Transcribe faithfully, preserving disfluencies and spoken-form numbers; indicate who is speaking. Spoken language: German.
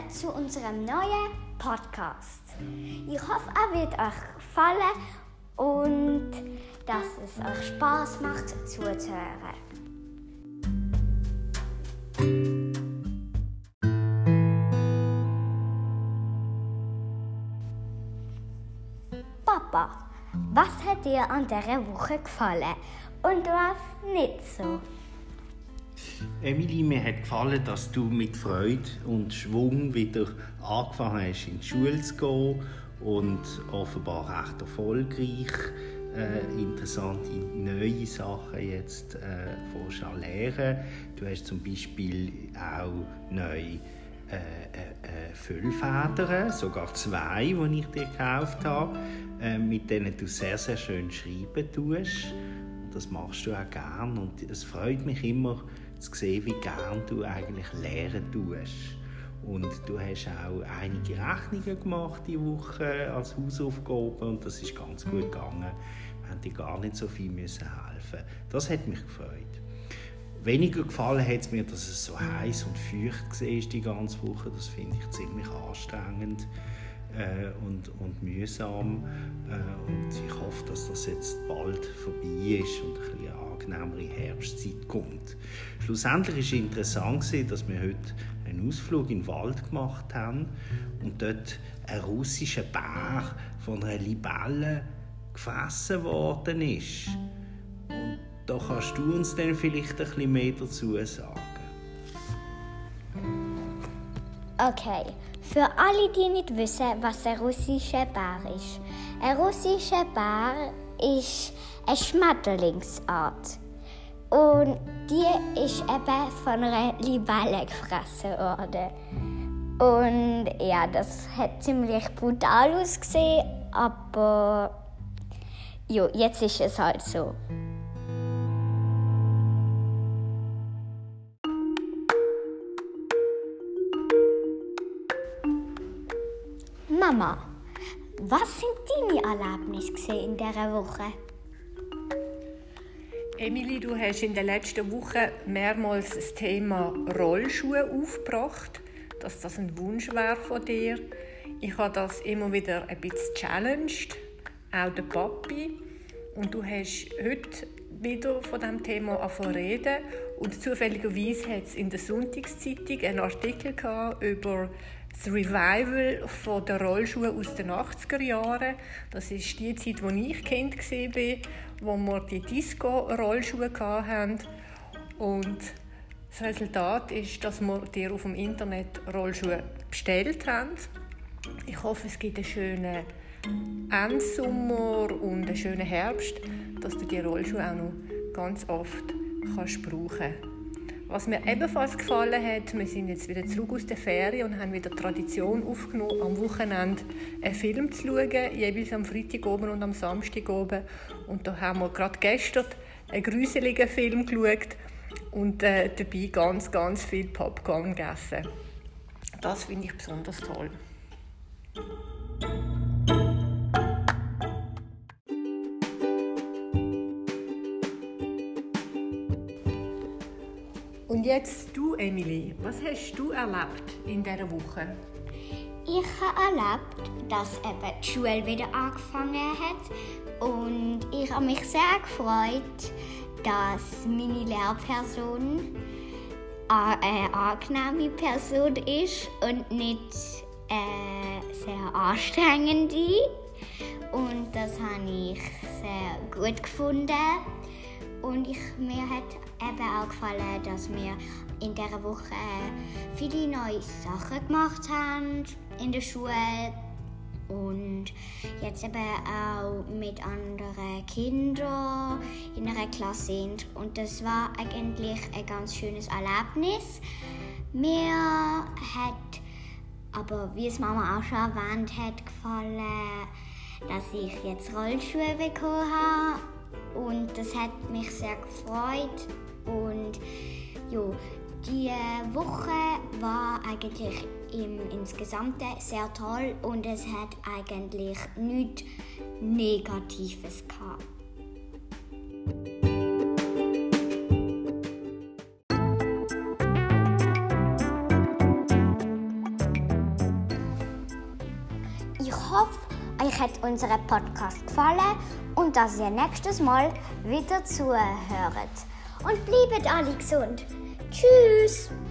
Speaker 1: zu unserem neuen Podcast. Ich hoffe, er wird euch gefallen und dass es euch Spaß macht zuzuhören. Papa, was hat dir an dieser Woche gefallen und was nicht so?
Speaker 2: Emily, mir hat gefallen, dass du mit Freude und Schwung wieder angefangen hast, in die Schule zu gehen und offenbar recht erfolgreich äh, interessante neue Sachen jetzt äh, fährst an lernen. Du hast zum Beispiel auch neu äh, äh, Füllfedern, sogar zwei, die ich dir gekauft habe, äh, mit denen du sehr, sehr schön schreiben tust. Das machst du auch gern und es freut mich immer, zu sehen, wie gern du eigentlich lernen tust. Und du hast auch einige Rechnungen gemacht diese Woche als Hausaufgabe und das ist ganz gut gegangen. Wir mussten dir gar nicht so viel helfen. Das hat mich gefreut. Weniger gefallen hat es mir, dass es so heiß und feucht war die ganze Woche. Das finde ich ziemlich anstrengend äh, und, und mühsam. Äh, und ich hoffe, dass das jetzt bald vorbei ist und ein bisschen eine angenehmere Herbstzeit kommt. Schlussendlich war es interessant, dass wir heute einen Ausflug in den Wald gemacht haben und dort ein russischer Bär von einer Libelle gefressen worden ist. Und da kannst du uns dann vielleicht ein bisschen mehr dazu sagen.
Speaker 1: Okay, für alle, die nicht wissen, was ein russischer Bär ist. Ein russischer Bär ist eine Schmetterlingsart. Und die ist eben von einer Libelle gefressen worden. Und ja, das hat ziemlich brutal ausgesehen, aber jo, jetzt ist es halt so. Mama, was sind deine Erlebnisse in dieser Woche?
Speaker 3: Emily, du hast in den letzten Wochen mehrmals das Thema Rollschuhe aufgebracht, dass das ein Wunsch wäre von dir. Ich habe das immer wieder ein bisschen challenged, auch der Papi. Und du hast heute wieder von diesem Thema angefangen zu reden. Und zufälligerweise hat es in der Sonntagszeitung einen Artikel gehabt über das Revival der Rollschuhe aus den achtziger Jahren. Das ist die Zeit, als ich Kind war, wo wir die Disco-Rollschuhe hatten. Und das Resultat ist, dass wir dir auf dem Internet Rollschuhe bestellt haben. Ich hoffe, es gibt einen schönen Endsommer und einen schönen Herbst, dass du die Rollschuhe auch noch ganz oft kannst brauchen kannst. Was mir ebenfalls gefallen hat, wir sind jetzt wieder zurück aus der Ferien und haben wieder die Tradition aufgenommen, am Wochenende einen Film zu schauen, jeweils am Freitag oben und am Samstag oben. Und da haben wir gerade gestern einen gruseligen Film geschaut und äh, dabei ganz, ganz viel Popcorn gegessen. Das finde ich besonders toll. Und jetzt du, Emily, was hast du erlebt in dieser Woche?
Speaker 1: Ich habe erlebt, dass eben die Schule wieder angefangen hat und ich habe mich sehr gefreut, dass meine Lehrperson eine angenehme Person ist und nicht äh, sehr anstrengende. Und das habe ich sehr gut gefunden. Und ich, mir hat eben auch gefallen, dass wir in dieser Woche viele neue Sachen gemacht haben in der Schule und jetzt eben auch mit anderen Kindern in einer Klasse sind. Und das war eigentlich ein ganz schönes Erlebnis. Mir hat aber, wie es Mama auch schon erwähnt hat, gefallen, dass ich jetzt Rollschuhe bekommen habe. Und das hat mich sehr gefreut. Und ja, die Woche war eigentlich im insgesamt sehr toll und es hat eigentlich nichts Negatives gehabt. Ich hoffe, euch hat unser Podcast gefallen und dass ihr nächstes Mal wieder zuhört. Und bleibt alle gesund. Tschüss!